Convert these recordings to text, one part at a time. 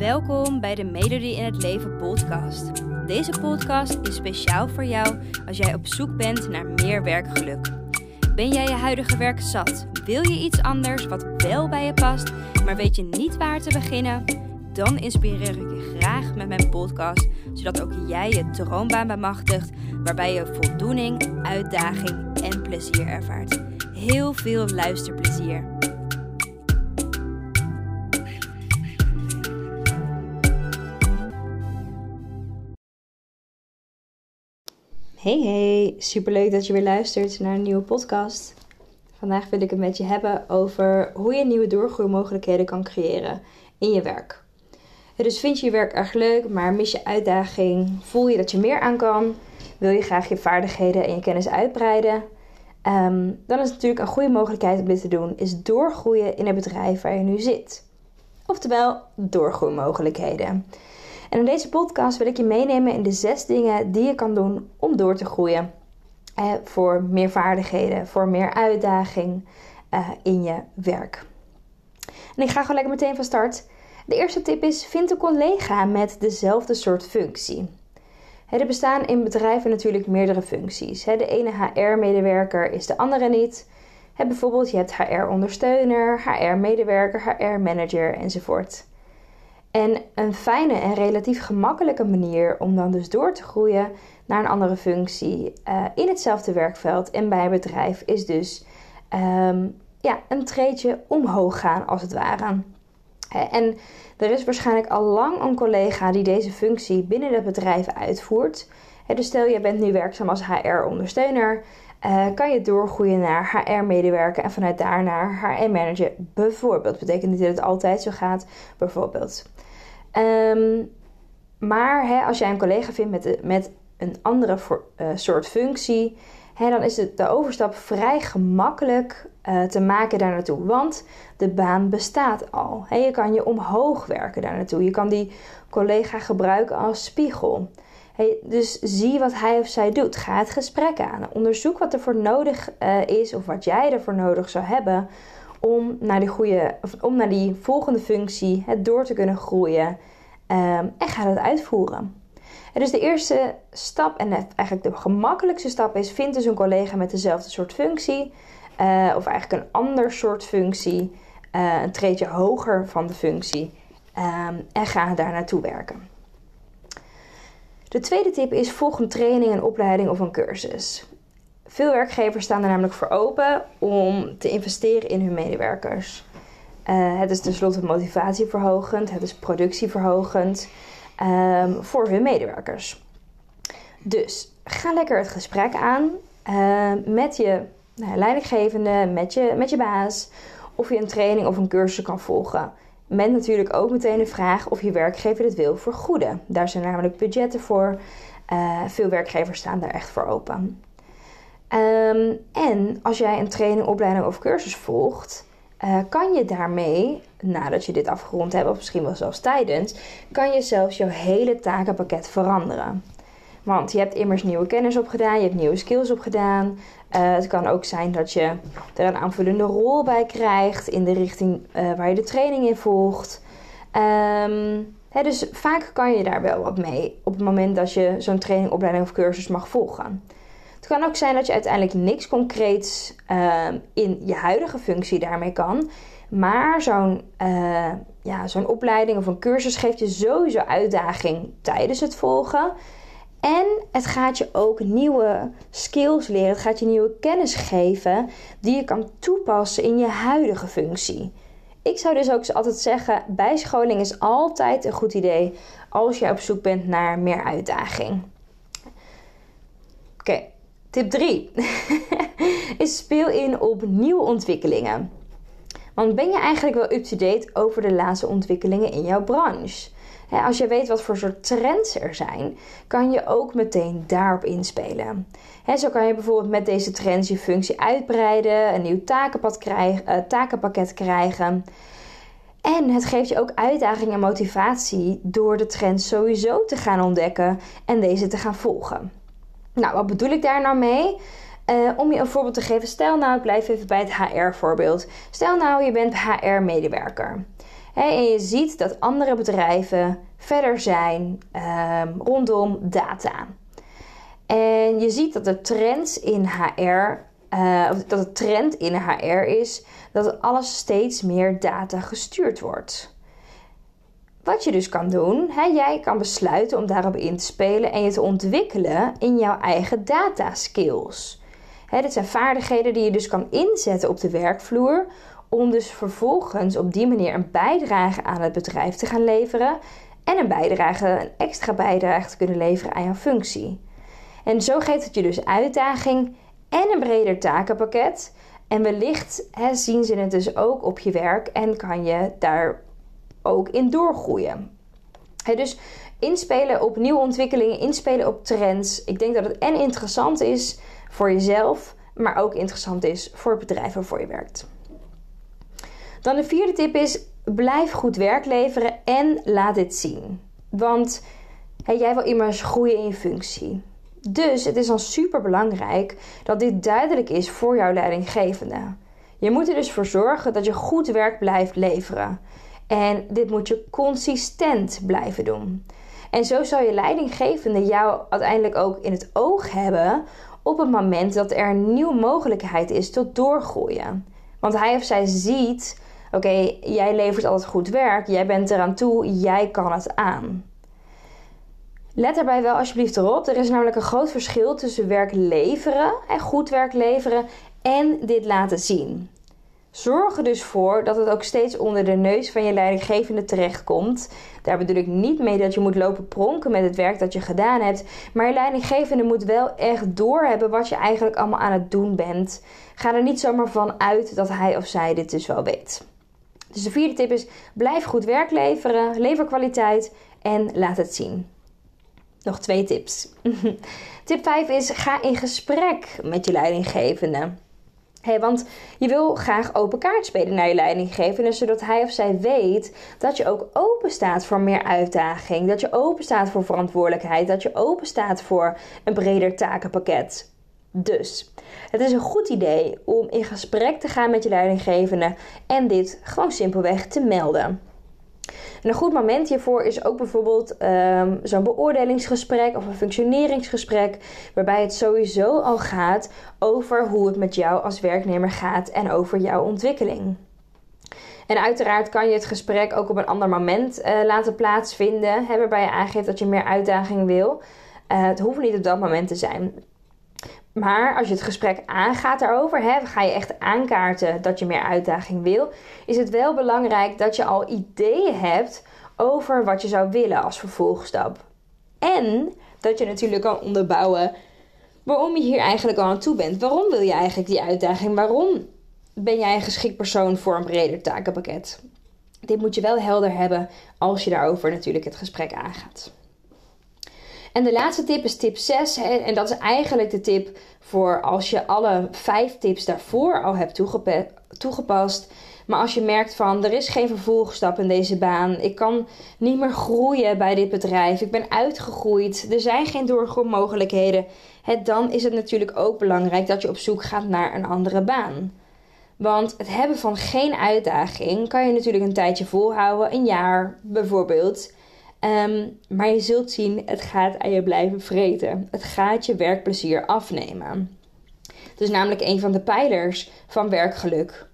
Welkom bij de Melodie in het Leven podcast. Deze podcast is speciaal voor jou als jij op zoek bent naar meer werkgeluk. Ben jij je huidige werk zat? Wil je iets anders wat wel bij je past, maar weet je niet waar te beginnen? Dan inspireer ik je graag met mijn podcast, zodat ook jij je droombaan bemachtigt, waarbij je voldoening, uitdaging en plezier ervaart. Heel veel luisterplezier. Hey, superleuk dat je weer luistert naar een nieuwe podcast. Vandaag wil ik het met je hebben over hoe je nieuwe doorgroeimogelijkheden kan creëren in je werk. Dus vind je je werk erg leuk, maar mis je uitdaging? Voel je dat je meer aan kan? Wil je graag je vaardigheden en je kennis uitbreiden? Dan is natuurlijk een goede mogelijkheid om dit te doen, is doorgroeien in het bedrijf waar je nu zit. Oftewel, doorgroeimogelijkheden. En in deze podcast wil ik je meenemen in de 6 dingen die je kan doen om door te groeien. Voor meer vaardigheden, voor meer uitdaging in je werk. En ik ga gewoon lekker meteen van start. De eerste tip is, vind een collega met dezelfde soort functie. Er bestaan in bedrijven natuurlijk meerdere functies. De ene HR-medewerker is de andere niet. Bijvoorbeeld, je hebt HR-ondersteuner, HR-medewerker, HR-manager enzovoort. En een fijne en relatief gemakkelijke manier om dan dus door te groeien naar een andere functie in hetzelfde werkveld en bij een bedrijf is dus een treedje omhoog gaan als het ware. En er is waarschijnlijk al lang een collega die deze functie binnen het bedrijf uitvoert. Dus stel je bent nu werkzaam als HR-ondersteuner, kan je doorgroeien naar HR-medewerker en vanuit daar naar HR-manager bijvoorbeeld. Dat betekent niet dat het altijd zo gaat, bijvoorbeeld. Maar als jij een collega vindt met een andere soort functie, dan is de overstap vrij gemakkelijk te maken daar naartoe. Want de baan bestaat al. Je kan je omhoog werken daar naartoe. Je kan die collega gebruiken als spiegel. Dus zie wat hij of zij doet. Ga het gesprek aan. Onderzoek wat er voor nodig is of wat jij ervoor nodig zou hebben om naar die volgende functie door te kunnen groeien. En ga dat uitvoeren. Dus de eerste stap en eigenlijk de gemakkelijkste stap is, vind dus een collega met dezelfde soort functie. Of eigenlijk een ander soort functie. Een treedje hoger van de functie. En ga daar naartoe werken. De tweede tip is, volg een training, een opleiding of een cursus. Veel werkgevers staan er namelijk voor open om te investeren in hun medewerkers. Het is tenslotte motivatieverhogend, het is productieverhogend voor hun medewerkers. Dus ga lekker het gesprek aan met je leidinggevende, met je baas, of je een training of een cursus kan volgen. Met natuurlijk ook meteen de vraag of je werkgever dit wil vergoeden. Daar zijn namelijk budgetten voor. Veel werkgevers staan daar echt voor open. En als jij een training, opleiding of cursus volgt, kan je daarmee, nadat je dit afgerond hebt, of misschien wel zelfs tijdens, kan je zelfs jouw hele takenpakket veranderen. Want je hebt immers nieuwe kennis opgedaan, je hebt nieuwe skills opgedaan. Het kan ook zijn dat je er een aanvullende rol bij krijgt in de richting waar je de training in volgt. Dus vaak kan je daar wel wat mee op het moment dat je zo'n training, opleiding of cursus mag volgen. Het kan ook zijn dat je uiteindelijk niks concreets in je huidige functie daarmee kan. Maar zo'n opleiding of een cursus geeft je sowieso uitdaging tijdens het volgen. En het gaat je ook nieuwe skills leren. Het gaat je nieuwe kennis geven die je kan toepassen in je huidige functie. Ik zou dus ook altijd zeggen, bijscholing is altijd een goed idee als je op zoek bent naar meer uitdaging. Oké, tip 3 is speel in op nieuwe ontwikkelingen. Want ben je eigenlijk wel up-to-date over de laatste ontwikkelingen in jouw branche? Als je weet wat voor soort trends er zijn, kan je ook meteen daarop inspelen. Zo kan je bijvoorbeeld met deze trends je functie uitbreiden, een nieuw takenpakket krijgen. En het geeft je ook uitdaging en motivatie door de trends sowieso te gaan ontdekken en deze te gaan volgen. Nou, wat bedoel ik daar nou mee? Om je een voorbeeld te geven, stel nou, ik blijf even bij het HR-voorbeeld. Stel nou, je bent HR-medewerker. En je ziet dat andere bedrijven verder zijn rondom data. En je ziet dat de trend in HR is dat alles steeds meer data gestuurd wordt. Wat je dus kan doen, jij kan besluiten om daarop in te spelen en je te ontwikkelen in jouw eigen data skills. Dit zijn vaardigheden die je dus kan inzetten op de werkvloer om dus vervolgens op die manier een bijdrage aan het bedrijf te gaan leveren en een extra bijdrage te kunnen leveren aan jouw functie. En zo geeft het je dus uitdaging en een breder takenpakket. En wellicht zien ze het dus ook op je werk en kan je daar ook in doorgroeien. Dus inspelen op nieuwe ontwikkelingen, inspelen op trends. Ik denk dat het en interessant is voor jezelf, maar ook interessant is voor het bedrijf waarvoor je werkt. Dan de vierde tip is, blijf goed werk leveren en laat dit zien. Want jij wil immers groeien in je functie. Dus het is dan super belangrijk dat dit duidelijk is voor jouw leidinggevende. Je moet er dus voor zorgen dat je goed werk blijft leveren. En dit moet je consistent blijven doen. En zo zal je leidinggevende jou uiteindelijk ook in het oog hebben op het moment dat er een nieuwe mogelijkheid is tot doorgroeien. Want hij of zij ziet, oké, jij levert altijd goed werk, jij bent eraan toe, jij kan het aan. Let daarbij wel alsjeblieft erop, er is namelijk een groot verschil tussen werk leveren en goed werk leveren en dit laten zien. Zorg er dus voor dat het ook steeds onder de neus van je leidinggevende terechtkomt. Daar bedoel ik niet mee dat je moet lopen pronken met het werk dat je gedaan hebt. Maar je leidinggevende moet wel echt doorhebben wat je eigenlijk allemaal aan het doen bent. Ga er niet zomaar van uit dat hij of zij dit dus wel weet. Dus de vierde tip is, blijf goed werk leveren, lever kwaliteit en laat het zien. Nog 2 tips. Tip 5 is, ga in gesprek met je leidinggevende. Want je wil graag open kaart spelen naar je leidinggevende, zodat hij of zij weet dat je ook open staat voor meer uitdaging. Dat je open staat voor verantwoordelijkheid. Dat je open staat voor een breder takenpakket. Dus, het is een goed idee om in gesprek te gaan met je leidinggevende en dit gewoon simpelweg te melden. En een goed moment hiervoor is ook bijvoorbeeld zo'n beoordelingsgesprek of een functioneringsgesprek, waarbij het sowieso al gaat over hoe het met jou als werknemer gaat en over jouw ontwikkeling. En uiteraard kan je het gesprek ook op een ander moment laten plaatsvinden, waarbij je aangeeft dat je meer uitdaging wil. Het hoeft niet op dat moment te zijn. Maar als je het gesprek aangaat daarover, ga je echt aankaarten dat je meer uitdaging wil, is het wel belangrijk dat je al ideeën hebt over wat je zou willen als vervolgstap. En dat je natuurlijk kan onderbouwen waarom je hier eigenlijk al aan toe bent. Waarom wil je eigenlijk die uitdaging? Waarom ben jij een geschikt persoon voor een breder takenpakket? Dit moet je wel helder hebben als je daarover natuurlijk het gesprek aangaat. En de laatste tip is tip 6. En dat is eigenlijk de tip voor als je alle 5 tips daarvoor al hebt toegepast. Maar als je merkt van, er is geen vervolgstap in deze baan. Ik kan niet meer groeien bij dit bedrijf. Ik ben uitgegroeid. Er zijn geen doorgroeimogelijkheden. Dan is het natuurlijk ook belangrijk dat je op zoek gaat naar een andere baan. Want het hebben van geen uitdaging kan je natuurlijk een tijdje volhouden. Een jaar bijvoorbeeld. Maar je zult zien, het gaat aan je blijven vreten. Het gaat je werkplezier afnemen. Het is namelijk een van de pijlers van werkgeluk.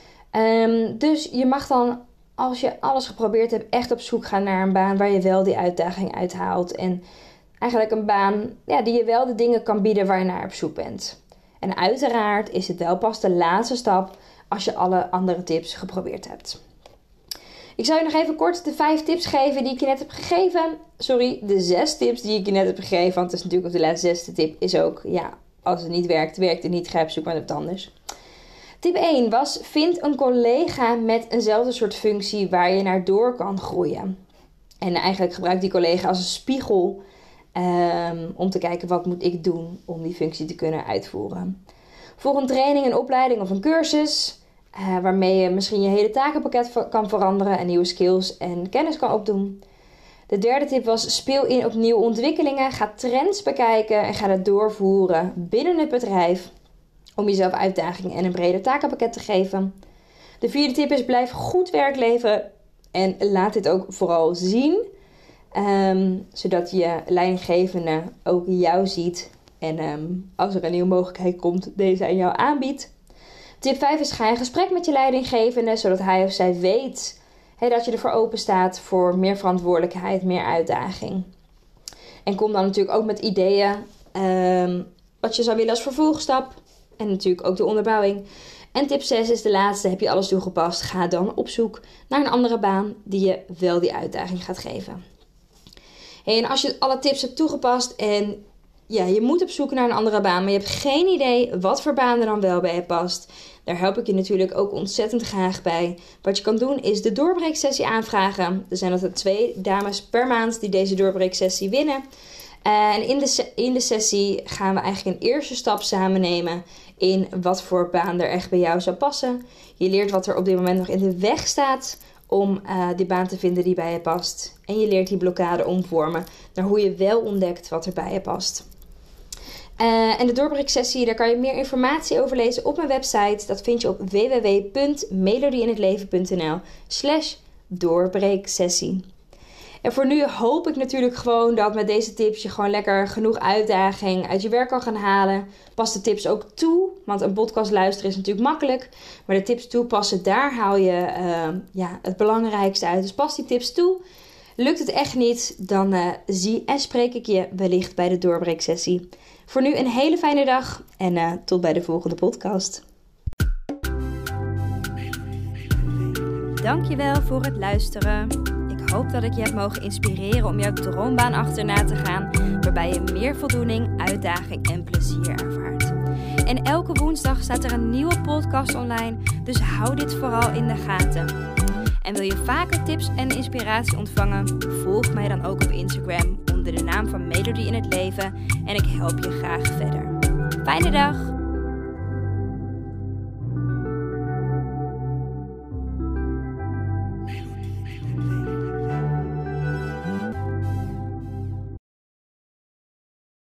Dus je mag dan, als je alles geprobeerd hebt, echt op zoek gaan naar een baan waar je wel die uitdaging uithaalt. En eigenlijk een baan die je wel de dingen kan bieden waar je naar op zoek bent. En uiteraard is het wel pas de laatste stap als je alle andere tips geprobeerd hebt. Ik zal je nog even kort de 5 tips geven die ik je net heb gegeven. Sorry, de 6 tips die ik je net heb gegeven. Want het is natuurlijk ook de laatste 6e tip is ook, als het niet werkt, werkt het niet. Ga op zoek naar wat anders. Tip 1 was, vind een collega met eenzelfde soort functie waar je naar door kan groeien. En eigenlijk gebruik die collega als een spiegel om te kijken wat moet ik doen om die functie te kunnen uitvoeren. Volg een training, een opleiding of een cursus waarmee je misschien je hele takenpakket kan veranderen en nieuwe skills en kennis kan opdoen. De 3e tip was, speel in op nieuwe ontwikkelingen, ga trends bekijken en ga dat doorvoeren binnen het bedrijf om jezelf uitdagingen en een breder takenpakket te geven. De 4e tip is, blijf goed werk leveren En laat dit ook vooral zien. Zodat je leidinggevende ook jou ziet. En als er een nieuwe mogelijkheid komt, deze aan jou aanbiedt. Tip 5 is: ga in gesprek met je leidinggevende. Zodat hij of zij weet dat je ervoor open staat voor meer verantwoordelijkheid, meer uitdaging. En kom dan natuurlijk ook met ideeën. Wat je zou willen als vervolgstap. En natuurlijk ook de onderbouwing. En tip 6 is de laatste. Heb je alles toegepast? Ga dan op zoek naar een andere baan die je wel die uitdaging gaat geven. En als je alle tips hebt toegepast en je moet op zoek naar een andere baan, maar je hebt geen idee wat voor baan er dan wel bij je past. Daar help ik je natuurlijk ook ontzettend graag bij. Wat je kan doen is de doorbreeksessie aanvragen. Er zijn altijd 2 dames per maand die deze doorbreeksessie winnen. En in de sessie gaan we eigenlijk een eerste stap samen nemen in wat voor baan er echt bij jou zou passen. Je leert wat er op dit moment nog in de weg staat om die baan te vinden die bij je past. En je leert die blokkade omvormen naar hoe je wel ontdekt wat er bij je past. En de doorbreeksessie, daar kan je meer informatie over lezen op mijn website. Dat vind je op www.melodieinhetleven.nl/doorbreeksessie. En voor nu hoop ik natuurlijk gewoon dat met deze tips je gewoon lekker genoeg uitdaging uit je werk kan gaan halen. Pas de tips ook toe, want een podcast luisteren is natuurlijk makkelijk. Maar de tips toepassen, daar haal je het belangrijkste uit. Dus pas die tips toe. Lukt het echt niet, dan zie en spreek ik je wellicht bij de doorbreeksessie. Voor nu een hele fijne dag en tot bij de volgende podcast. Dankjewel voor het luisteren. Ik hoop dat ik je heb mogen inspireren om jouw droombaan achterna te gaan, waarbij je meer voldoening, uitdaging en plezier ervaart. En elke woensdag staat er een nieuwe podcast online, dus hou dit vooral in de gaten. En wil je vaker tips en inspiratie ontvangen? Volg mij dan ook op Instagram onder de naam van Melodie in het Leven en ik help je graag verder. Fijne dag!